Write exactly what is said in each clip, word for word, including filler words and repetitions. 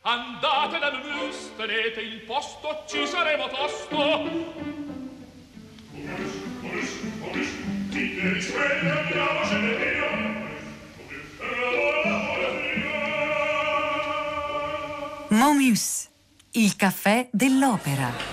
Andate dal Mus, tenete il posto, ci saremo tosto. Momus, il caffè dell'opera.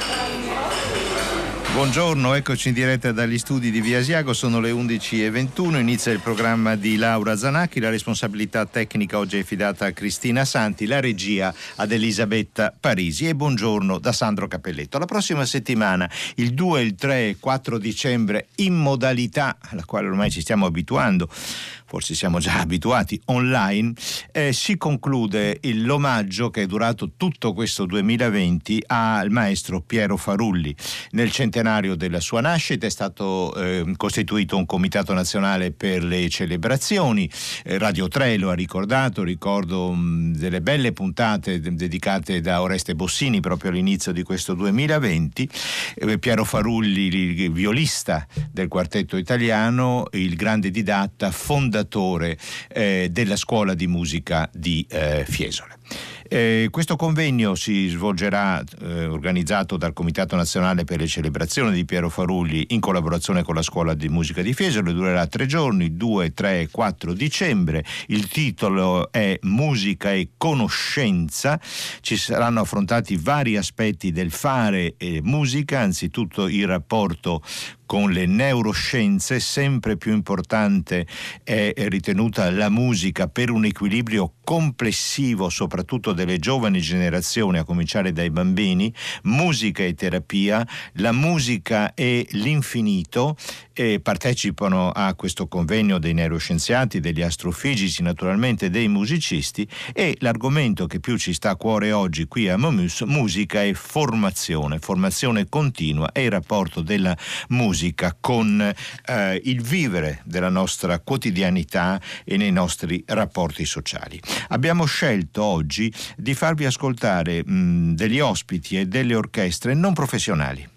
Buongiorno, eccoci in diretta dagli studi di Via Asiago, sono le undici e ventuno, inizia il programma di Laura Zanacchi, la responsabilità tecnica oggi è affidata a Cristina Santi, la regia ad Elisabetta Parisi e buongiorno da Sandro Capelletto. La prossima settimana, il due, il tre e quattro dicembre, in modalità alla quale ormai ci stiamo abituando, forse siamo già abituati, online, eh, si conclude il, l'omaggio che è durato tutto questo duemilaventi al maestro Piero Farulli. Nel centenario della sua nascita è stato eh, costituito un comitato nazionale per le celebrazioni, eh, Radio tre lo ha ricordato, ricordo mh, delle belle puntate de- dedicate da Oreste Bossini proprio all'inizio di questo duemilaventi. eh, Piero Farulli, il violista del quartetto italiano, il grande didatta, fondatore eh, della scuola di musica di eh, Fiesole. Eh, questo convegno si svolgerà eh, organizzato dal Comitato Nazionale per le Celebrazioni di Piero Farulli in collaborazione con la Scuola di Musica di Fiesole, durerà tre giorni, due, tre e quattro dicembre. Il titolo è Musica e conoscenza. Ci saranno affrontati vari aspetti del fare e musica, anzitutto il rapporto con le neuroscienze. Sempre più importante è ritenuta la musica per un equilibrio complessivo soprattutto delle giovani generazioni, a cominciare dai bambini. Musica e terapia, la musica e l'infinito. E partecipano a questo convegno dei neuroscienziati, degli astrofisici, naturalmente dei musicisti, e l'argomento che più ci sta a cuore oggi qui a Momus, musica e formazione, formazione continua e il rapporto della musica con eh, il vivere della nostra quotidianità e nei nostri rapporti sociali. Abbiamo scelto oggi di farvi ascoltare mh, degli ospiti e delle orchestre non professionali.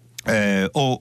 Eh, o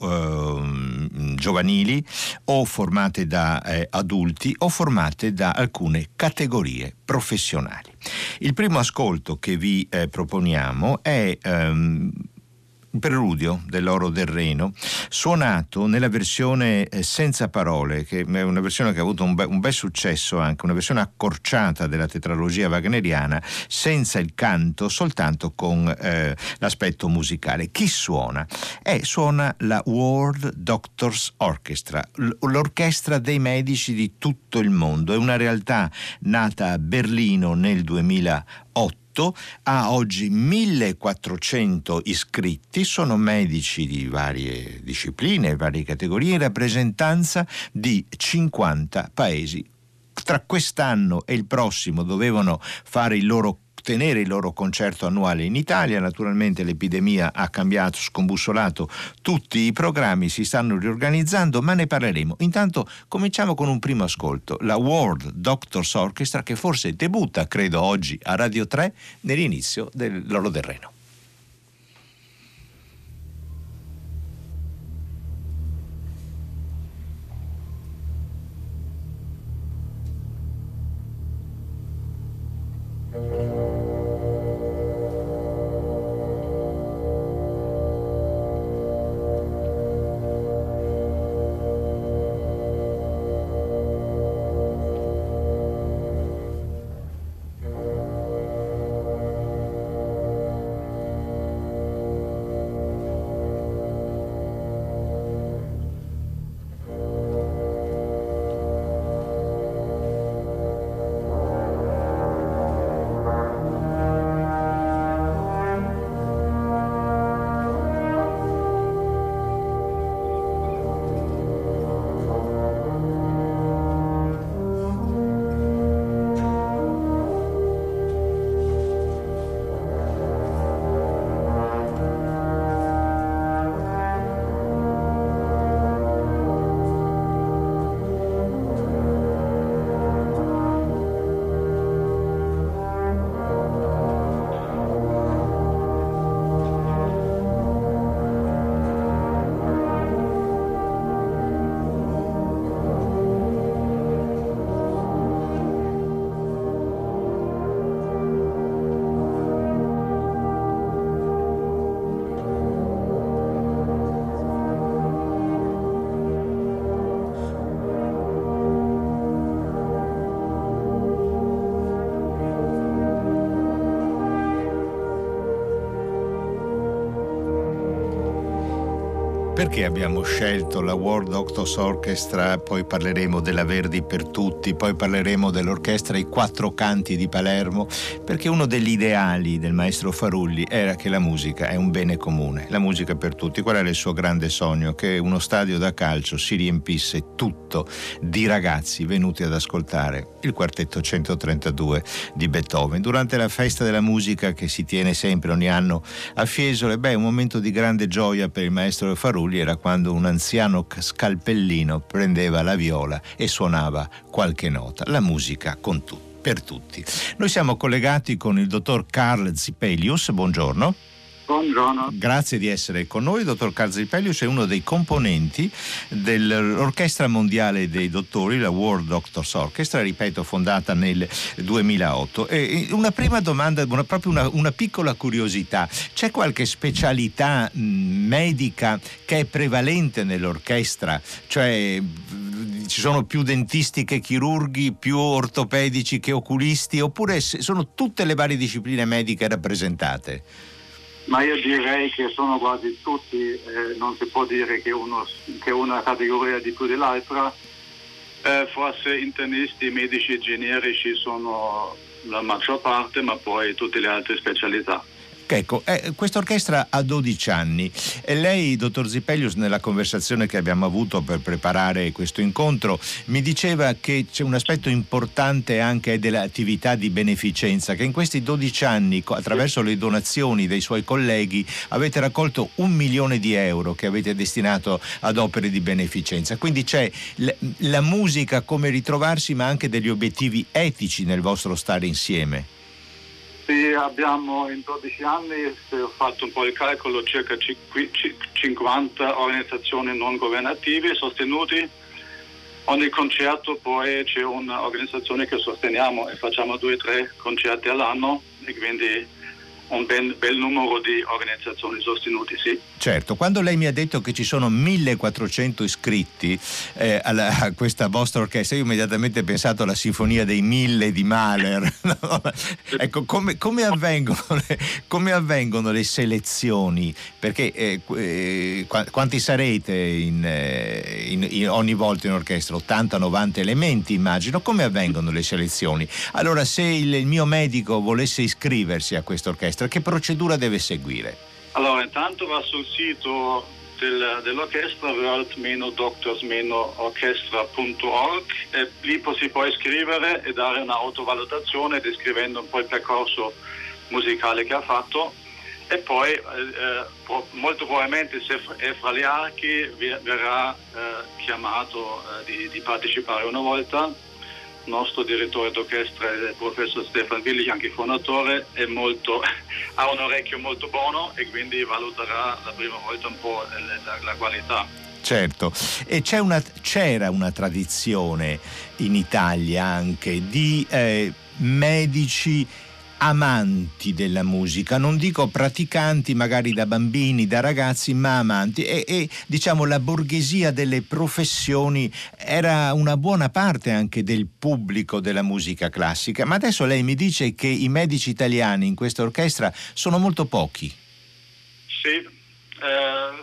eh, giovanili o formate da eh, adulti o formate da alcune categorie professionali. Il primo ascolto che vi eh, proponiamo è ehm, il preludio dell'Oro del Reno, suonato nella versione eh, senza parole, che è una versione che ha avuto un, be- un bel successo, anche una versione accorciata della tetralogia wagneriana, senza il canto, soltanto con eh, l'aspetto musicale. Chi suona? Eh, suona la World Doctors Orchestra, l- l'orchestra dei medici di tutto il mondo. È una realtà nata a Berlino nel duemilaotto, ha oggi millequattrocento iscritti, sono medici di varie discipline, varie categorie, in rappresentanza di cinquanta paesi. Tra quest'anno e il prossimo dovevano fare il loro tenere il loro concerto annuale in Italia. Naturalmente l'epidemia ha cambiato, scombussolato tutti i programmi, si stanno riorganizzando, ma ne parleremo. Intanto cominciamo con un primo ascolto, la World Doctors Orchestra, che forse debutta, credo, oggi a Radio tre nell'inizio dell'Oro del Reno. Perché abbiamo scelto la World Doctors Orchestra, poi parleremo della Verdi per tutti, poi parleremo dell'orchestra I Quattro Canti di Palermo, perché uno degli ideali del maestro Farulli era che la musica è un bene comune, la musica per tutti. Qual era il suo grande sogno? Che uno stadio da calcio si riempisse tutto di ragazzi venuti ad ascoltare il quartetto centotrentadue di Beethoven. Durante la festa della musica che si tiene sempre ogni anno a Fiesole, beh, un momento di grande gioia per il maestro Farulli era quando un anziano scalpellino prendeva la viola e suonava qualche nota. La musica con tu, per tutti. Noi siamo collegati con il dottor Carl Zipelius. Buongiorno. Buongiorno. Grazie di essere con noi. Il dottor Carl Zipelius è uno dei componenti dell'Orchestra Mondiale dei Dottori, la World Doctors Orchestra, ripeto, fondata nel duemilaotto. E una prima domanda, una, proprio una, una piccola curiosità: c'è qualche specialità mh, medica che è prevalente nell'orchestra? Cioè ci sono più dentisti che chirurghi, più ortopedici che oculisti, oppure sono tutte le varie discipline mediche rappresentate? Ma io direi che sono quasi tutti, eh, non si può dire che, uno, che una categoria di più dell'altra. Eh, forse internisti, medici generici sono la maggior parte, ma poi tutte le altre specialità. Ecco, eh, questa orchestra ha dodici anni e lei, dottor Zipelius, nella conversazione che abbiamo avuto per preparare questo incontro, mi diceva che c'è un aspetto importante anche dell'attività di beneficenza, che in questi dodici anni, attraverso le donazioni dei suoi colleghi, avete raccolto un milione di euro che avete destinato ad opere di beneficenza. Quindi c'è l- la musica come ritrovarsi, ma anche degli obiettivi etici nel vostro stare insieme. Sì, abbiamo in dodici anni, se ho fatto un po' il calcolo, circa cinquanta organizzazioni non governative sostenute. Ogni concerto poi c'è un'organizzazione che sosteniamo e facciamo due o tre concerti all'anno, e quindi un ben, bel numero di organizzazioni sostenute, sì. Certo, quando lei mi ha detto che ci sono millequattrocento iscritti eh, alla, a questa vostra orchestra, io immediatamente ho pensato alla Sinfonia dei Mille di Mahler. No? Ecco, come, come, avvengono le, come avvengono le selezioni? Perché eh, eh, quanti sarete in, in, in ogni volta in orchestra? ottanta novanta elementi, immagino. Come avvengono le selezioni? Allora, se il, il mio medico volesse iscriversi a questa orchestra, che procedura deve seguire? Allora, intanto va sul sito del, dell'orchestra world doctors orchestra punto org e lì si può iscrivere e dare una autovalutazione descrivendo un po' il percorso musicale che ha fatto, e poi eh, molto probabilmente, se è fra gli archi, verrà eh, chiamato eh, di, di partecipare una volta. Il nostro direttore d'orchestra, il professor Stefan Willich, anche fondatore, è molto, ha un orecchio molto buono e quindi valuterà la prima volta un po' la, la qualità. Certo, e c'è una, c'era una tradizione in Italia anche di eh, medici amanti della musica, non dico praticanti magari da bambini, da ragazzi, ma amanti, e, e diciamo la borghesia delle professioni era una buona parte anche del pubblico della musica classica. Ma adesso lei mi dice che i medici italiani in questa orchestra sono molto pochi. Sì, eh,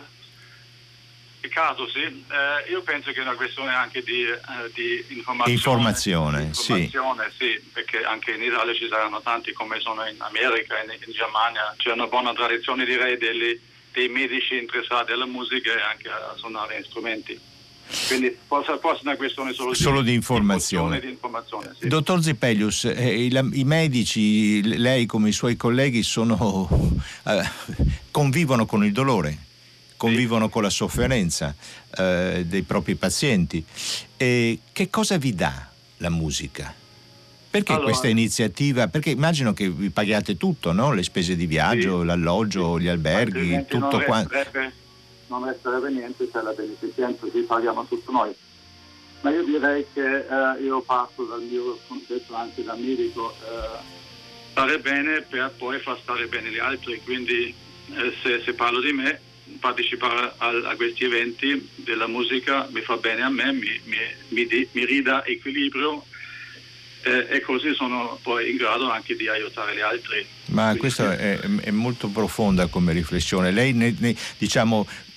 Riccardo, sì. Eh, io penso che è una questione anche di, eh, di informazione. Informazione, di informazione sì. sì, perché anche in Italia ci saranno tanti, come sono in America, in, in Germania. C'è una buona tradizione, direi, degli, dei medici interessati alla musica e anche a suonare strumenti. Quindi può essere una questione solo, solo di, di informazione. Di informazione sì. Dottor Zipelius, eh, i, i medici, lei come i suoi colleghi, sono eh, convivono con il dolore, convivono sì. con la sofferenza eh, dei propri pazienti. E che cosa vi dà la musica? Perché allora, questa iniziativa? Perché immagino che vi paghiate tutto, no? Le spese di viaggio, sì. l'alloggio, sì. gli alberghi, tutto quanto. Non resterebbe niente se la beneficenza ci paghiamo tutto noi. Ma io direi che eh, io parto dal mio concetto anche da medico, eh, stare bene per poi far stare bene gli altri, quindi eh, se, se parlo di me, partecipare a, a questi eventi della musica mi fa bene a me, mi, mi, mi, di, mi ridà equilibrio eh, e così sono poi in grado anche di aiutare gli altri. Ma questa è, è molto profonda come riflessione. Lei ne, ne, diciamo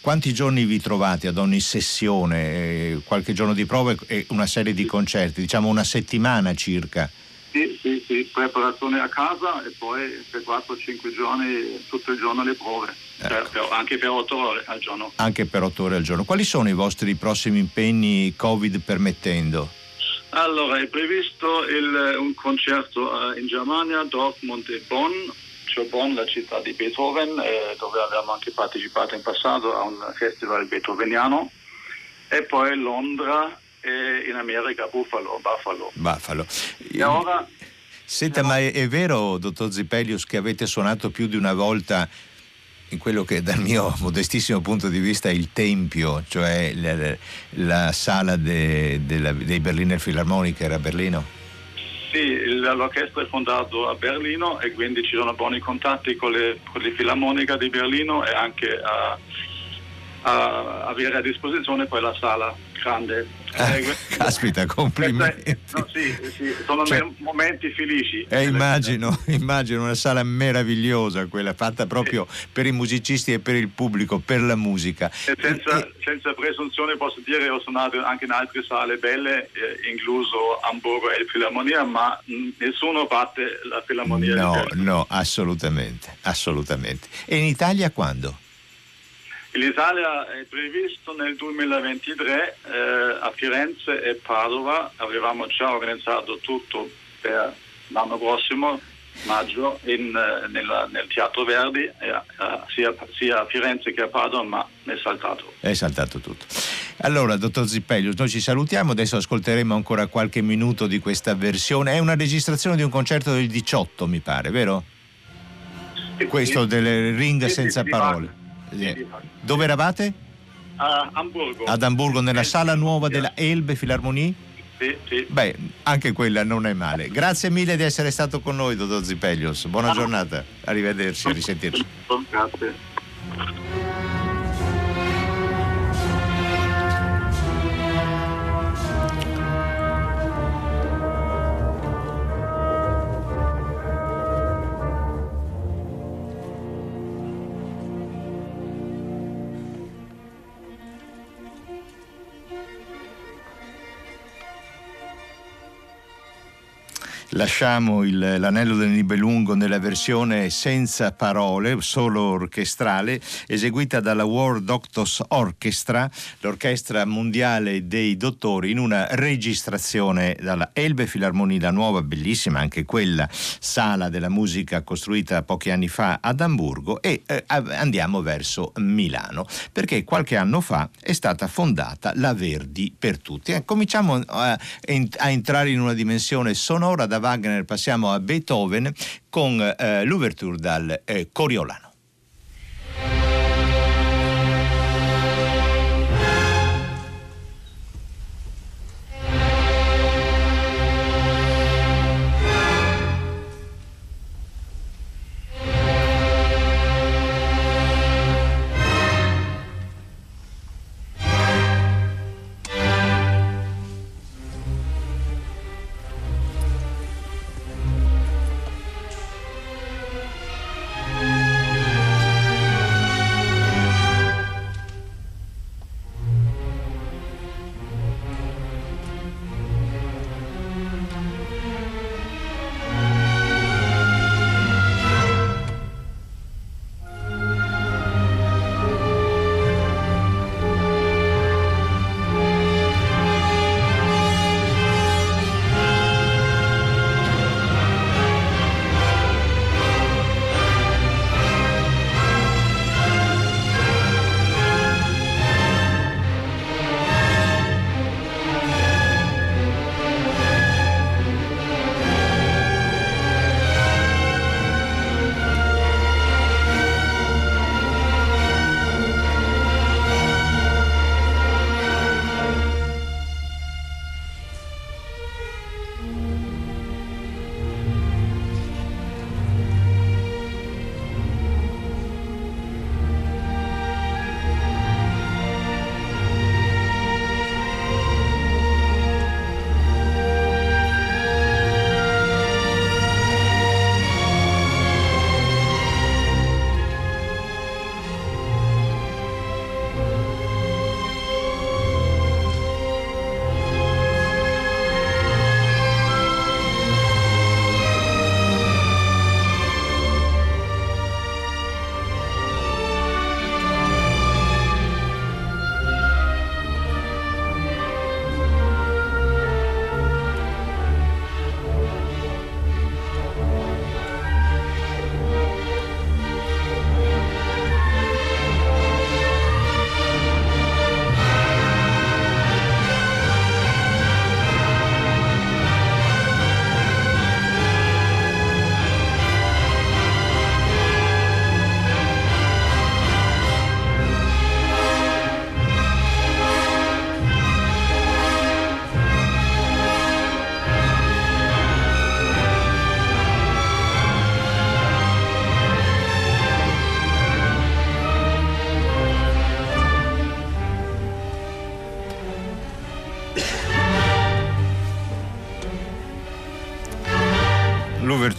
Quanti giorni vi trovate ad ogni sessione? Eh, qualche giorno di prove e una serie di concerti, diciamo una settimana circa? Sì, sì, sì, preparazione a casa e poi per quattro cinque giorni tutto il giorno le prove, ecco. per, per, anche per otto ore al giorno. Anche per otto ore al giorno. Quali sono i vostri prossimi impegni, Covid permettendo? Allora, è previsto il, un concerto uh, in Germania, Dortmund e Bonn, cioè Bonn, la città di Beethoven, eh, dove abbiamo anche partecipato in passato a un festival beethoveniano, e poi Londra e in America Buffalo, Buffalo. Buffalo. E ora... Senta, ma è, è vero, dottor Zipelius, che avete suonato più di una volta in quello che dal mio modestissimo punto di vista è il Tempio, cioè la, la sala de, de la, dei Berliner Philharmonic, era a Berlino? Sì, l'orchestra è fondato a Berlino e quindi ci sono buoni contatti con le, con le Filarmonica di Berlino e anche a, a avere a disposizione poi la sala grande. Ah, eh, caspita, complimenti. No, sì, sì, sono cioè, momenti felici. Eh, immagino, immagino una sala meravigliosa, quella fatta proprio sì. per i musicisti e per il pubblico, per la musica. E senza, e, senza presunzione posso dire che ho suonato anche in altre sale belle, eh, incluso Hamburgo e il Filarmonia, ma mh, nessuno batte la Filarmonia. No, no, assolutamente, assolutamente. E in Italia quando? In Italia è previsto nel duemilaventitré eh, a Firenze e Padova. Avevamo già organizzato tutto per l'anno prossimo, maggio, in, nella, nel Teatro Verdi, eh, sia, sia a Firenze che a Padova, ma è saltato. È saltato tutto. Allora, dottor Zipelius, noi ci salutiamo, adesso ascolteremo ancora qualche minuto di questa versione. È una registrazione di un concerto del diciotto, mi pare, vero? Sì, Questo sì, del Ring sì, senza sì, parole. Sì. Dove eravate? A Hamburgo. Ad Amburgo, nella sala nuova della Elbe Philharmonie? Sì, sì. Beh, anche quella non è male. Grazie mille di essere stato con noi, dottor Zipelius. Buona ah. giornata, arrivederci, a risentirci. Grazie. Lasciamo il, l'Anello del Nibelungo nella versione senza parole, solo orchestrale, eseguita dalla World Doctors Orchestra, l'orchestra mondiale dei dottori, in una registrazione dalla Elbe Philharmonie, la nuova, bellissima, anche quella sala della musica costruita pochi anni fa ad Amburgo, e eh, andiamo verso Milano, perché qualche anno fa è stata fondata la Verdi per tutti. Eh, cominciamo a, a entrare in una dimensione sonora. Da Wagner passiamo a Beethoven con eh, l'ouverture dal eh, Coriolano.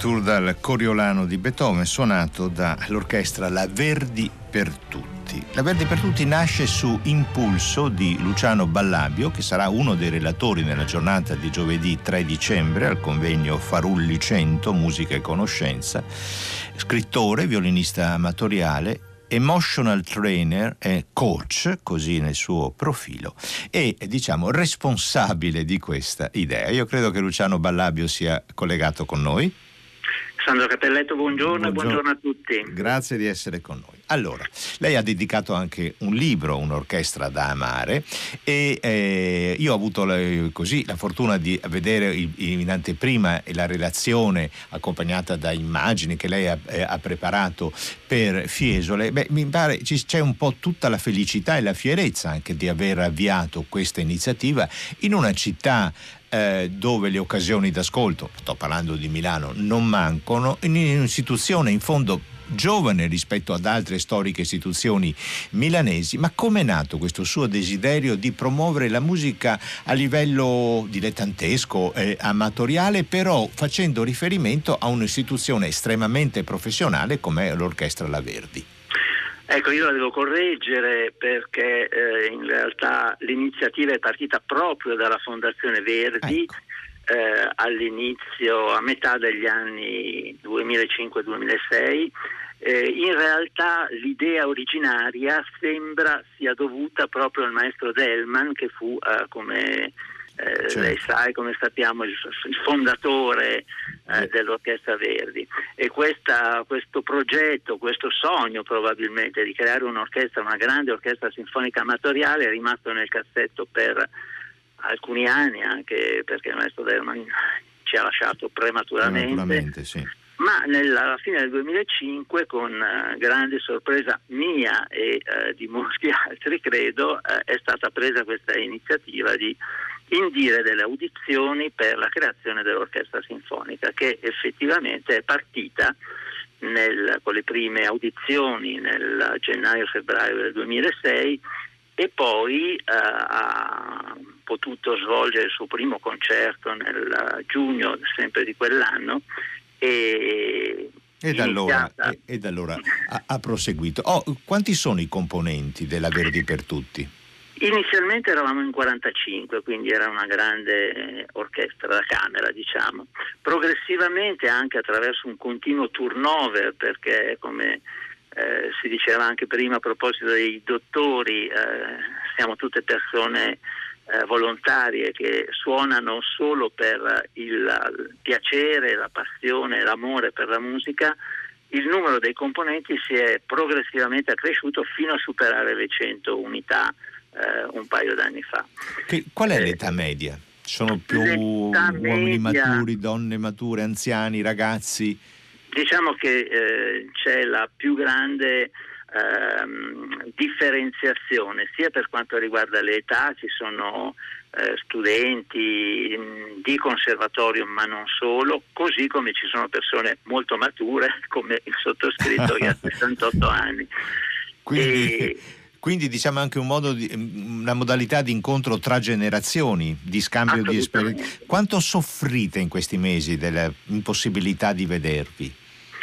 Ouverture dal Coriolano di Beethoven, suonato dall'orchestra La Verdi per Tutti. La Verdi per Tutti nasce su impulso di Luciano Ballabio, che sarà uno dei relatori nella giornata di giovedì tre dicembre al convegno Farulli cento, Musica e Conoscenza, scrittore, violinista amatoriale, emotional trainer e coach, così nel suo profilo, e diciamo responsabile di questa idea. Io credo che Luciano Ballabio sia collegato con noi. Sandro Capelletto, buongiorno, buongiorno, buongiorno a tutti. Grazie di essere con noi. Allora, lei ha dedicato anche un libro, Un'orchestra da amare, e eh, io ho avuto la, così la fortuna di vedere in anteprima la relazione accompagnata da immagini che lei ha, eh, ha preparato per Fiesole. Beh, mi pare c'è un po' tutta la felicità e la fierezza anche di aver avviato questa iniziativa in una città Eh, dove le occasioni d'ascolto, sto parlando di Milano, non mancano, in un'istituzione in fondo giovane rispetto ad altre storiche istituzioni milanesi. Ma come è nato questo suo desiderio di promuovere la musica a livello dilettantesco, eh, amatoriale, però facendo riferimento a un'istituzione estremamente professionale come l'Orchestra La Verdi? Ecco, io la devo correggere perché eh, in realtà l'iniziativa è partita proprio dalla Fondazione Verdi, ecco. eh, all'inizio, a metà degli anni duemilacinque duemilasei. Eh, in realtà l'idea originaria sembra sia dovuta proprio al maestro Delman, che fu, eh, come eh, certo. lei sa e come sappiamo, il, il fondatore eh, dell'Orchestra Verdi. E questa, questo progetto, questo sogno probabilmente di creare un'orchestra, una grande orchestra sinfonica amatoriale, è rimasto nel cassetto per alcuni anni, anche perché il maestro Delman ci ha lasciato prematuramente. prematuramente sì. Ma nella, alla fine del duemilacinque, con uh, grande sorpresa mia e uh, di molti altri, credo, uh, è stata presa questa iniziativa di indire delle audizioni per la creazione dell'orchestra sinfonica, che effettivamente è partita nel, con le prime audizioni nel gennaio-febbraio del duemilasei, e poi uh, ha potuto svolgere il suo primo concerto nel giugno sempre di quell'anno. E, ed allora, e, ed allora ha, ha proseguito. Oh, quanti sono i componenti della Verdi per Tutti? Inizialmente eravamo in quarantacinque, quindi era una grande orchestra da camera, diciamo. Progressivamente, anche attraverso un continuo turnover, perché come eh, si diceva anche prima a proposito dei dottori, eh, siamo tutte persone Eh, volontarie che suonano solo per il, il piacere, la passione, l'amore per la musica. Il numero dei componenti si è progressivamente accresciuto fino a superare le cento unità eh, un paio d'anni fa. Che, qual è eh, l'età media? Sono più uomini media, maturi, donne mature, anziani, ragazzi? Diciamo che eh, c'è la più grande Ehm, differenziazione sia per quanto riguarda le età. Ci sono eh, studenti mh, di conservatorio, ma non solo, così come ci sono persone molto mature come il sottoscritto che ha sessantotto anni. Quindi, e... quindi diciamo anche un modo di, una modalità di incontro tra generazioni, di scambio di esperienze. Quanto soffrite in questi mesi dell'impossibilità di vedervi?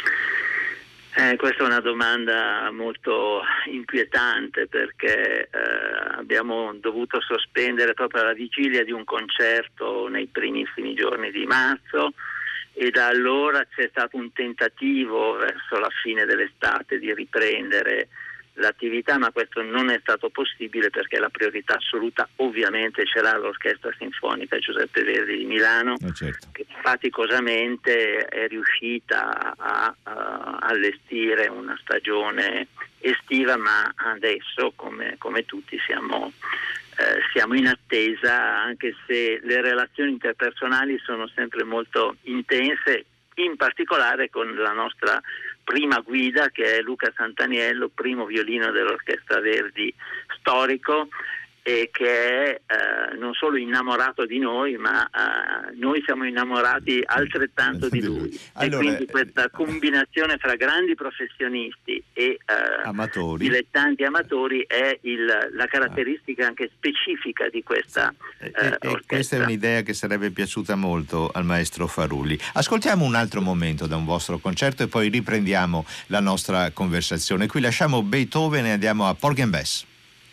Eh, questa è una domanda molto inquietante, perché eh, abbiamo dovuto sospendere proprio alla vigilia di un concerto nei primissimi giorni di marzo, e da allora c'è stato un tentativo verso la fine dell'estate di riprendere l'attività, ma questo non è stato possibile perché la priorità assoluta ovviamente ce l'ha l'Orchestra Sinfonica Giuseppe Verdi di Milano, eh certo. che faticosamente è riuscita a, a allestire una stagione estiva, ma adesso come, come tutti siamo, eh, siamo in attesa, anche se le relazioni interpersonali sono sempre molto intense, in particolare con la nostra prima guida, che è Luca Santaniello, primo violino dell'Orchestra Verdi storico, e che è eh, non solo innamorato di noi, ma eh, noi siamo innamorati altrettanto di lui. Allora, e quindi questa combinazione fra grandi professionisti e eh, amatori. dilettanti amatori è il, la caratteristica anche specifica di questa eh, eh, e, e questa è un'idea che sarebbe piaciuta molto al maestro Farulli. Ascoltiamo un altro momento da un vostro concerto e poi riprendiamo la nostra conversazione. Qui lasciamo Beethoven e andiamo a Porgy and Bess.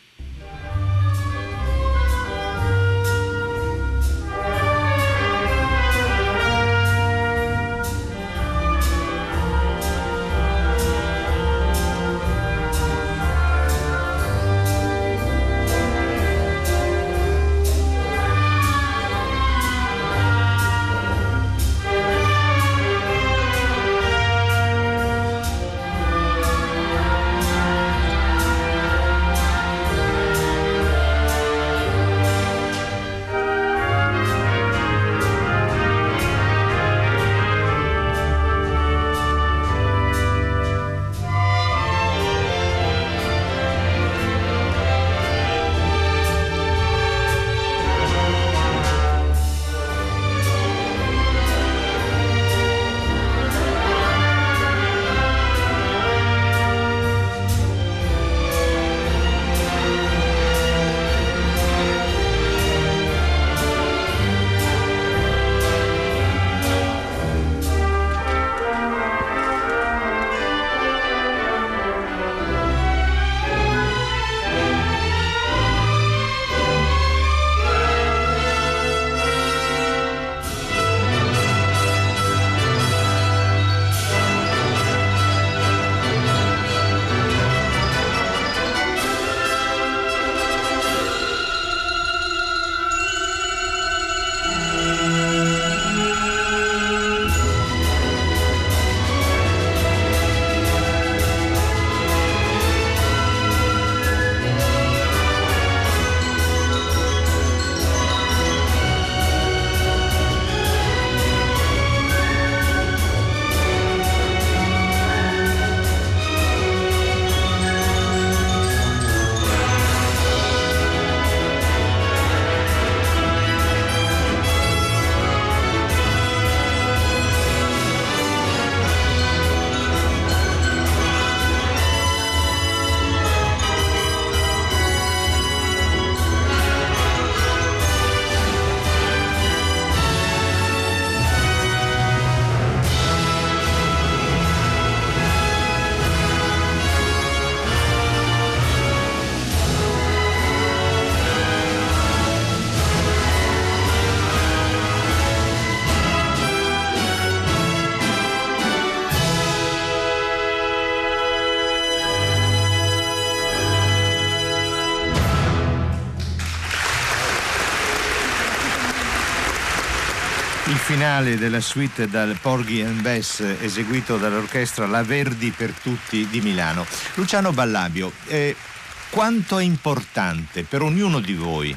Il finale della suite dal Porgy and Bess eseguito dall'orchestra La Verdi per tutti di Milano. Luciano Ballabio, eh, quanto è importante per ognuno di voi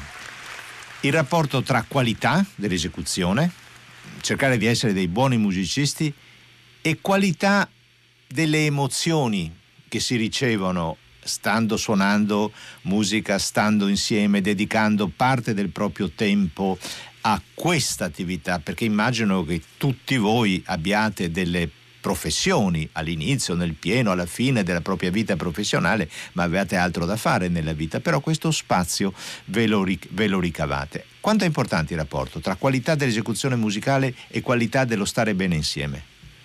il rapporto tra qualità dell'esecuzione, cercare di essere dei buoni musicisti, e qualità delle emozioni che si ricevono stando suonando musica, stando insieme, dedicando parte del proprio tempo a questa attività, perché immagino che tutti voi abbiate delle professioni all'inizio, nel pieno, alla fine della propria vita professionale, ma avete altro da fare nella vita, però questo spazio ve lo, ric- ve lo ricavate. Quanto è importante il rapporto tra qualità dell'esecuzione musicale e qualità dello stare bene insieme?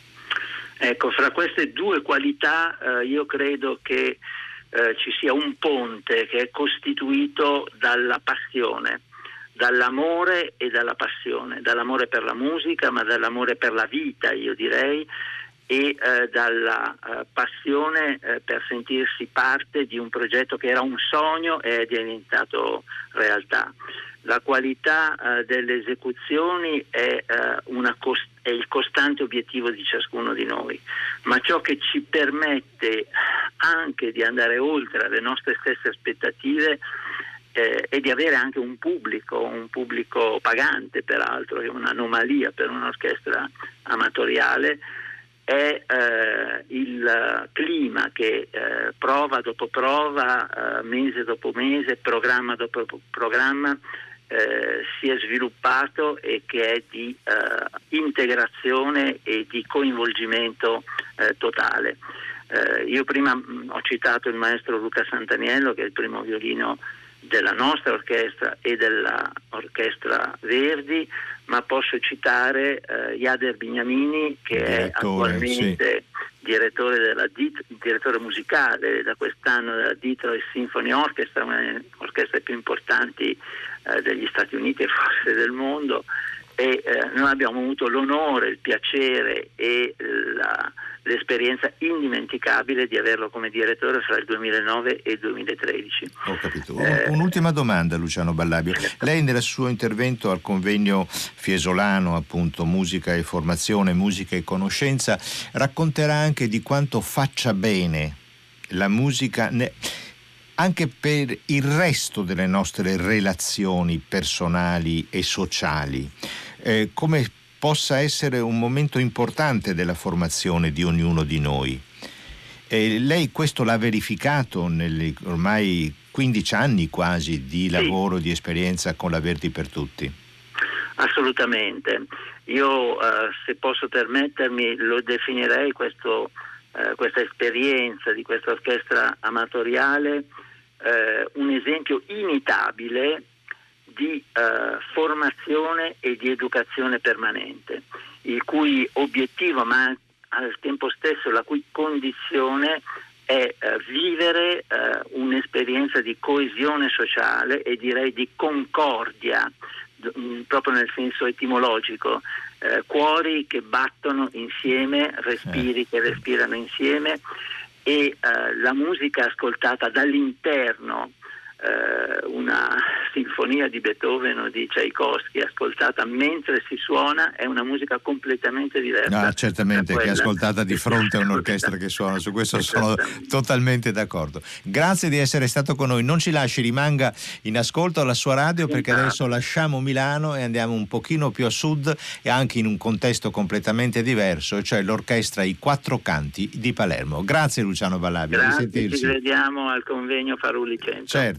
Ecco, fra queste due qualità eh, io credo che eh, ci sia un ponte che è costituito dalla passione, dall'amore e dalla passione, dall'amore per la musica, ma dall'amore per la vita, io direi, e eh, dalla eh, passione eh, per sentirsi parte di un progetto che era un sogno e è diventato realtà. La qualità eh, delle esecuzioni è, eh, una cost- è il costante obiettivo di ciascuno di noi, ma ciò che ci permette anche di andare oltre le nostre stesse aspettative eh, e di avere anche un pubblico, un pubblico pagante peraltro, che è un'anomalia per un'orchestra amatoriale, è eh, il clima che eh, prova dopo prova, eh, mese dopo mese, programma dopo programma eh, si è sviluppato e che è di eh, integrazione e di coinvolgimento eh, totale. Eh, io prima mh, ho citato il maestro Luca Santaniello, che è il primo violino della nostra orchestra e dell'orchestra Verdi, ma posso citare eh, Jader Bignamini, che direttore, è attualmente sì. direttore, della D I T, direttore musicale da quest'anno della Detroit Symphony Orchestra, una delle orchestre più importanti eh, degli Stati Uniti e forse del mondo, e eh, noi abbiamo avuto l'onore, il piacere e la, l'esperienza indimenticabile di averlo come direttore fra il duemilanove e il duemilatredici. Ho capito. Eh, Un'ultima domanda, Luciano Ballabio. Lei nel suo intervento al convegno fiesolano, appunto, musica e formazione, musica e conoscenza, racconterà anche di quanto faccia bene la musica ne- anche per il resto delle nostre relazioni personali e sociali, eh, come possa essere un momento importante della formazione di ognuno di noi. E lei questo l'ha verificato negli ormai quindici anni quasi di lavoro, sì. di esperienza con la Verdi per Tutti? Assolutamente. Io, eh, se posso permettermi, lo definirei questo, eh, questa esperienza di questa orchestra amatoriale eh, un esempio imitabile di eh, formazione e di educazione permanente, il cui obiettivo, ma al tempo stesso la cui condizione è eh, vivere eh, un'esperienza di coesione sociale e direi di concordia, d- proprio nel senso etimologico, eh, cuori che battono insieme, respiri eh. che respirano insieme, e eh, la musica ascoltata dall'interno, eh, una sinfonia di Beethoven o di Tchaikovsky ascoltata mentre si suona è una musica completamente diversa. Ah, certamente, che è ascoltata di fronte a un'orchestra che suona, su questo sono totalmente d'accordo. Grazie di essere stato con noi, non ci lasci, rimanga in ascolto alla sua radio, perché adesso lasciamo Milano e andiamo un pochino più a sud e anche in un contesto completamente diverso, cioè l'orchestra I Quattro Canti di Palermo. Grazie Luciano Ballabio. Grazie, ci vediamo al convegno Farulli Cento. Certo.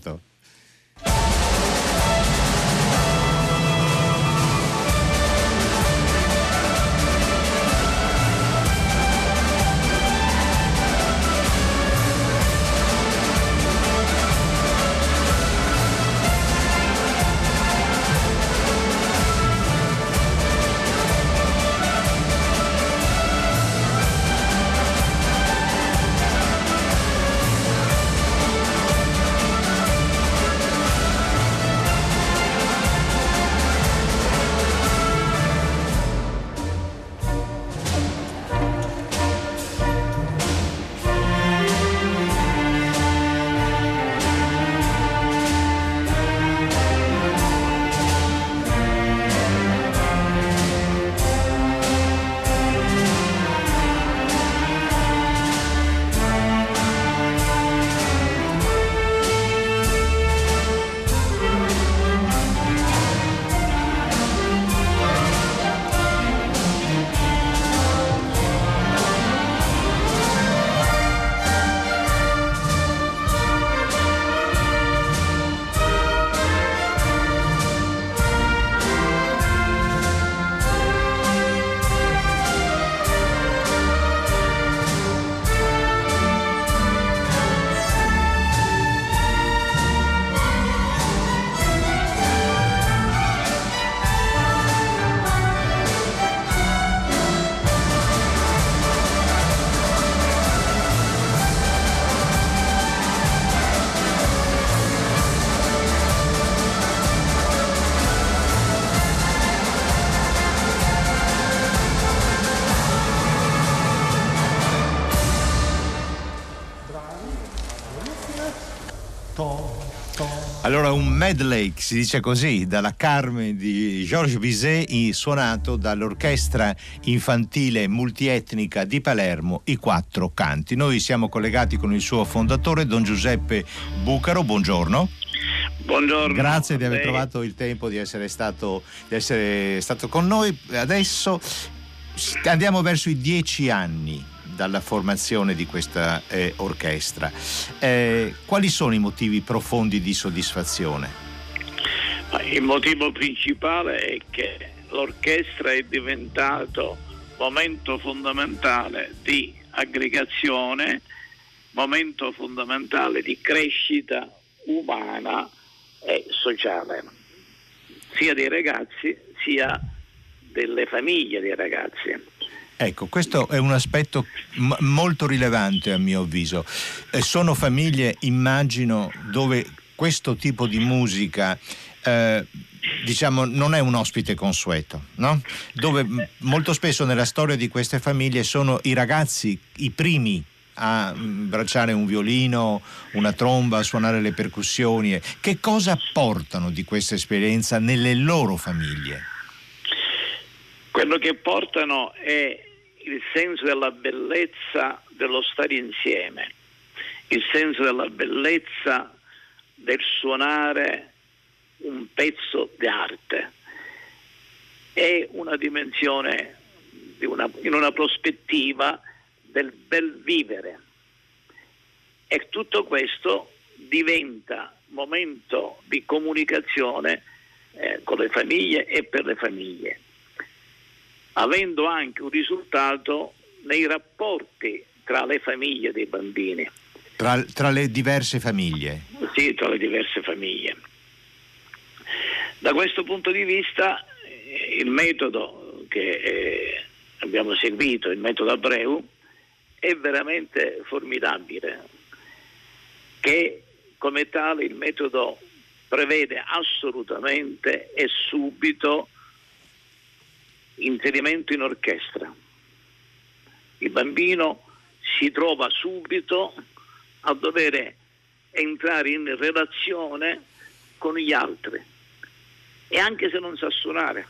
Allora, un medley, si dice così, dalla Carmen di Georges Bizet, suonato dall'orchestra infantile multietnica di Palermo, I Quattro Canti. Noi siamo collegati con il suo fondatore, Don Giuseppe Bucaro. Buongiorno. Buongiorno. Grazie di aver trovato il tempo di essere stato, di essere stato con noi. Adesso andiamo verso i dieci anni dalla formazione di questa eh, orchestra. Eh, quali sono i motivi profondi di soddisfazione? Il motivo principale è che l'orchestra è diventato momento fondamentale di aggregazione, momento fondamentale di crescita umana e sociale, sia dei ragazzi sia delle famiglie dei ragazzi. Ecco, questo è un aspetto m- molto rilevante a mio avviso. Eh, sono famiglie, immagino, dove questo tipo di musica eh, diciamo non è un ospite consueto, no? Dove m- molto spesso nella storia di queste famiglie sono i ragazzi i primi a bracciare un violino, una tromba, a suonare le percussioni. Che cosa portano di questa esperienza nelle loro famiglie? Quello che portano è il senso della bellezza dello stare insieme, il senso della bellezza del suonare un pezzo di arte. È una dimensione di una, in una prospettiva del bel vivere, e tutto questo diventa momento di comunicazione eh, con le famiglie e per le famiglie, avendo anche un risultato nei rapporti tra le famiglie dei bambini. Tra, tra le diverse famiglie? Sì, tra le diverse famiglie. Da questo punto di vista il metodo che eh, abbiamo seguito, il metodo Abreu, è veramente formidabile, che come tale il metodo prevede assolutamente e subito inserimento in orchestra. Il bambino si trova subito a dover entrare in relazione con gli altri, e anche se non sa suonare.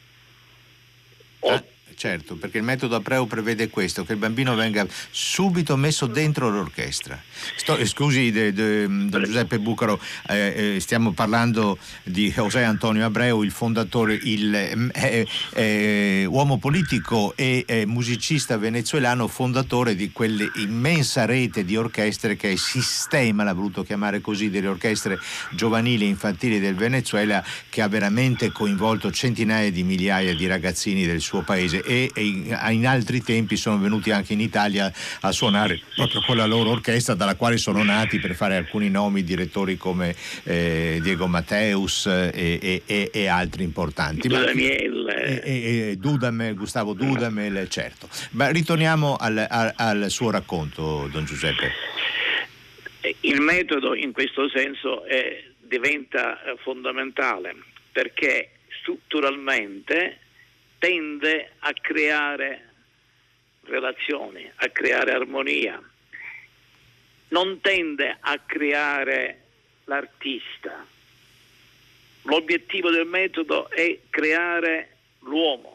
O ah, certo, perché il metodo Abreu prevede questo, che il bambino venga subito messo dentro l'orchestra. Sto, scusi de, de, don Giuseppe Bucaro, eh, eh, stiamo parlando di José Antonio Abreu, il fondatore, il eh, eh, uomo politico e eh, musicista venezuelano, fondatore di quell'immensa rete di orchestre che è Sistema, l'ha voluto chiamare così, delle orchestre giovanili e infantili del Venezuela, che ha veramente coinvolto centinaia di migliaia di ragazzini del suo paese, e, e in altri tempi sono venuti anche in Italia a suonare proprio con la loro orchestra, dalla quale sono nati, per fare alcuni nomi, direttori come eh, Diego Mateus e, e, e, e altri importanti. Dudamel, e, e, e Dudamel, Gustavo Dudamel, certo. Ma ritorniamo al, al, al suo racconto, don Giuseppe. Il metodo in questo senso è, diventa fondamentale, perché strutturalmente tende a creare relazioni, a creare armonia, non tende a creare l'artista. L'obiettivo del metodo è creare l'uomo,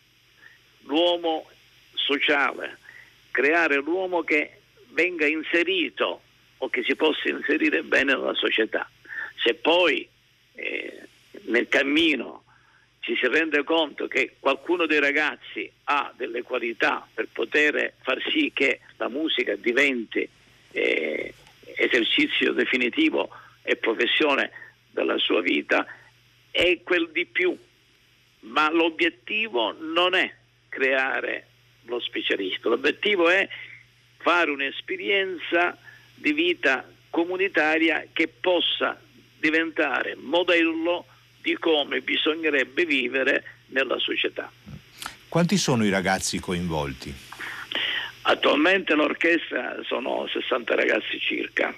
l'uomo sociale, creare l'uomo che venga inserito o che si possa inserire bene nella società. Se poi eh, nel cammino ci si rende conto che qualcuno dei ragazzi ha delle qualità per poter far sì che la musica diventi eh, esercizio definitivo e professione della sua vita, è quel di più, ma l'obiettivo non è creare lo specialista, l'obiettivo è fare un'esperienza di vita comunitaria che possa diventare modello di come bisognerebbe vivere nella società. Quanti sono i ragazzi coinvolti? Attualmente l'orchestra sono sessanta ragazzi circa,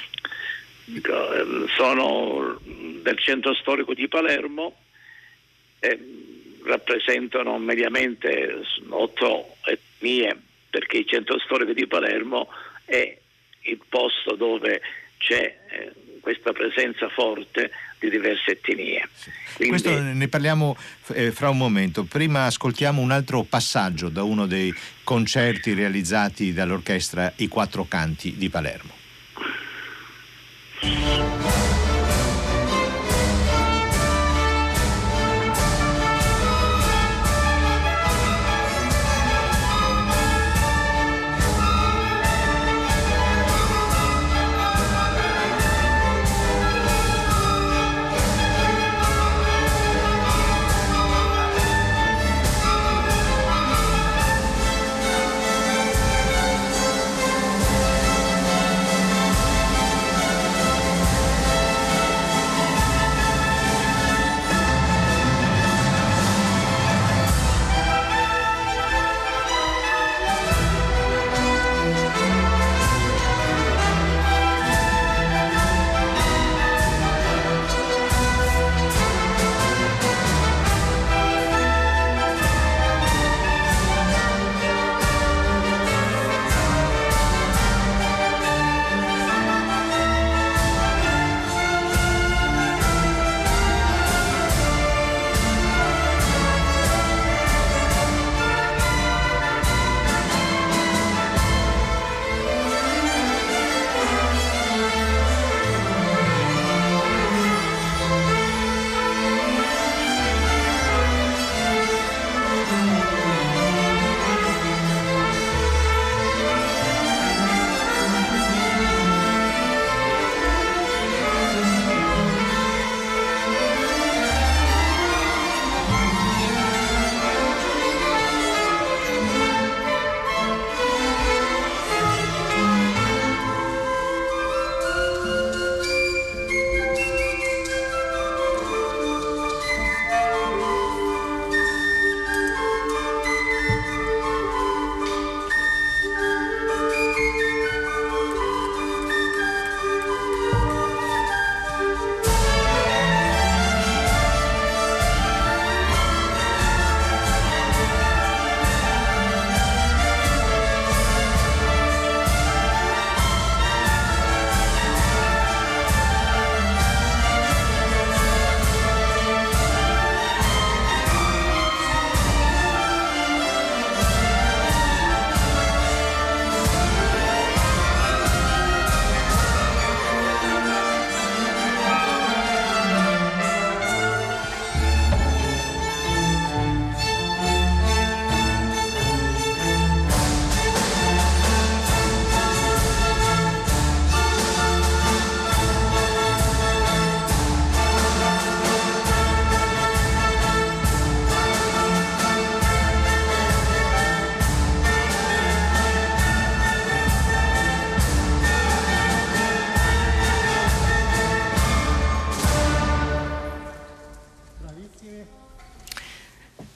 sono del centro storico di Palermo, e rappresentano mediamente otto etnie, perché il centro storico di Palermo è il posto dove c'è eh, questa presenza forte di diverse etnie. Quindi... Questo ne parliamo eh, fra un momento. Prima ascoltiamo un altro passaggio da uno dei concerti realizzati dall'orchestra I Quattro Canti di Palermo.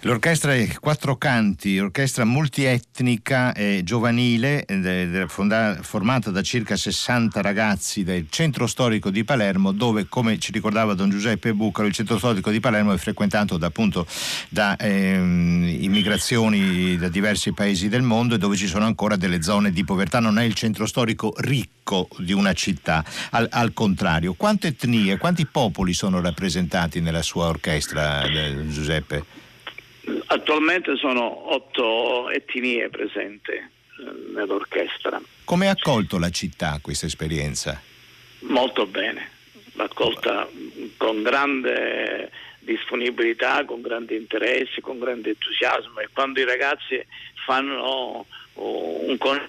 L'orchestra è Quattro Canti, orchestra multietnica e giovanile, eh, fonda- formata da circa sessanta ragazzi del centro storico di Palermo, dove, come ci ricordava Don Giuseppe Bucaro, il centro storico di Palermo è frequentato da, appunto da ehm, immigrazioni da diversi paesi del mondo, e dove ci sono ancora delle zone di povertà. Non è il centro storico ricco di una città, al, al contrario. Quante etnie, quanti popoli sono rappresentati nella sua orchestra, eh, Giuseppe? Attualmente sono otto etnie presenti nell'orchestra. Come ha accolto la città questa esperienza? Molto bene, l'ha accolta con grande disponibilità, con grande interesse, con grande entusiasmo, e quando i ragazzi fanno un con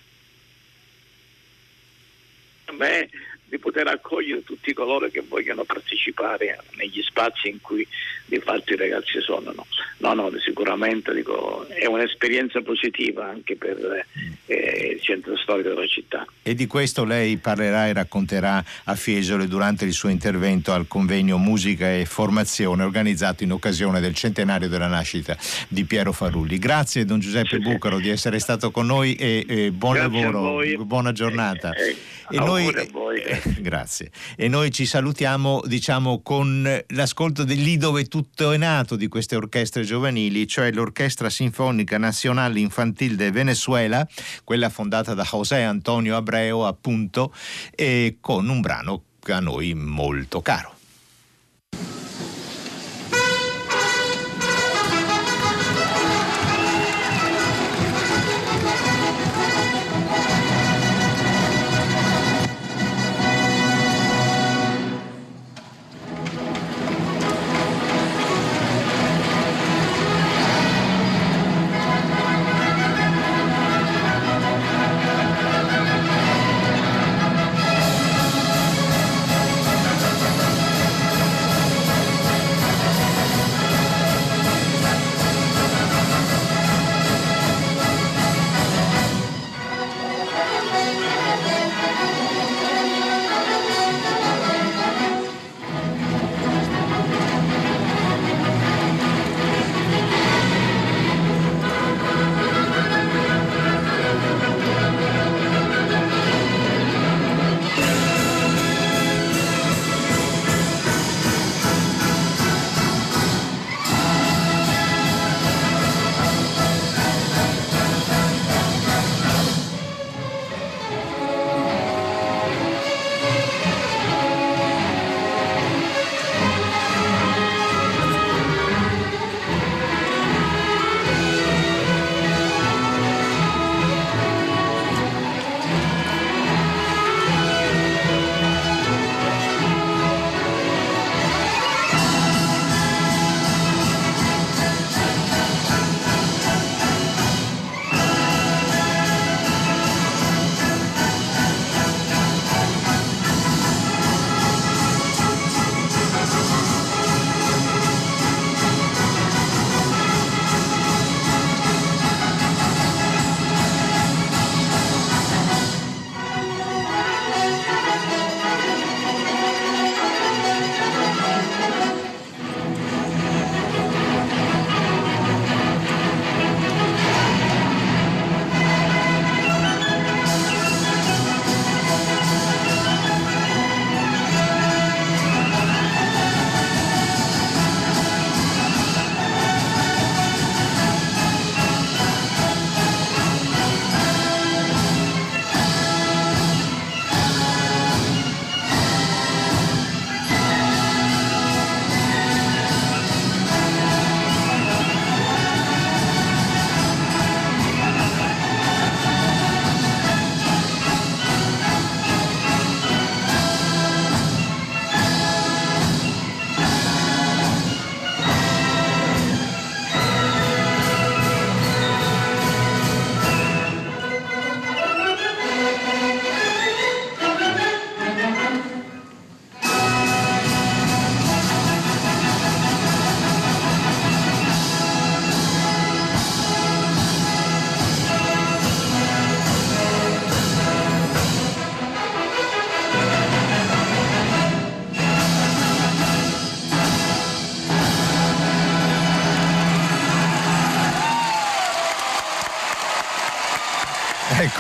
beh, di poter accogliere tutti coloro che vogliono partecipare negli spazi in cui di fatto i ragazzi suonano. No, no, sicuramente dico, è un'esperienza positiva anche per eh, il centro storico della città. E di questo lei parlerà e racconterà a Fiesole durante il suo intervento al convegno Musica e Formazione, organizzato in occasione del centenario della nascita di Piero Farulli. Grazie Don Giuseppe sì, Bucaro sì. di essere stato con noi, e, e buon Grazie lavoro, buona giornata. Eh, eh, e noi, a voi. Eh, grazie. E noi ci salutiamo, diciamo, con l'ascolto di lì dove tutto è nato di queste orchestre giovanili, cioè l'Orchestra Sinfonica Nacional Infantil de Venezuela, quella fondata da José Antonio Abreu, appunto, e con un brano a noi molto caro.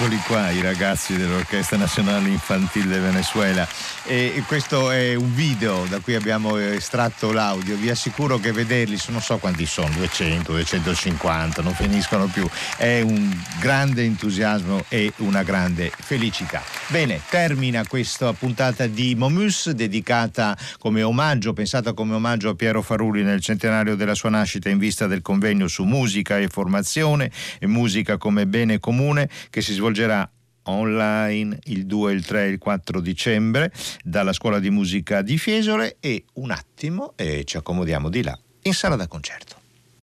Eccoli qua i ragazzi dell'Orchestra Nazionale Infantil del Venezuela, e questo è un video da cui abbiamo estratto l'audio. Vi assicuro che vederli, non so quanti sono, duecento, duecentocinquanta, non finiscono più. È un grande entusiasmo e una grande felicità. Bene, termina questa puntata di Momus dedicata come omaggio, pensata come omaggio a Piero Farulli nel centenario della sua nascita in vista del convegno su musica e formazione e musica come bene comune, che si svolgerà online il due, il tre e il quattro dicembre dalla Scuola di Musica di Fiesole, e un attimo e ci accomodiamo di là in sala da concerto.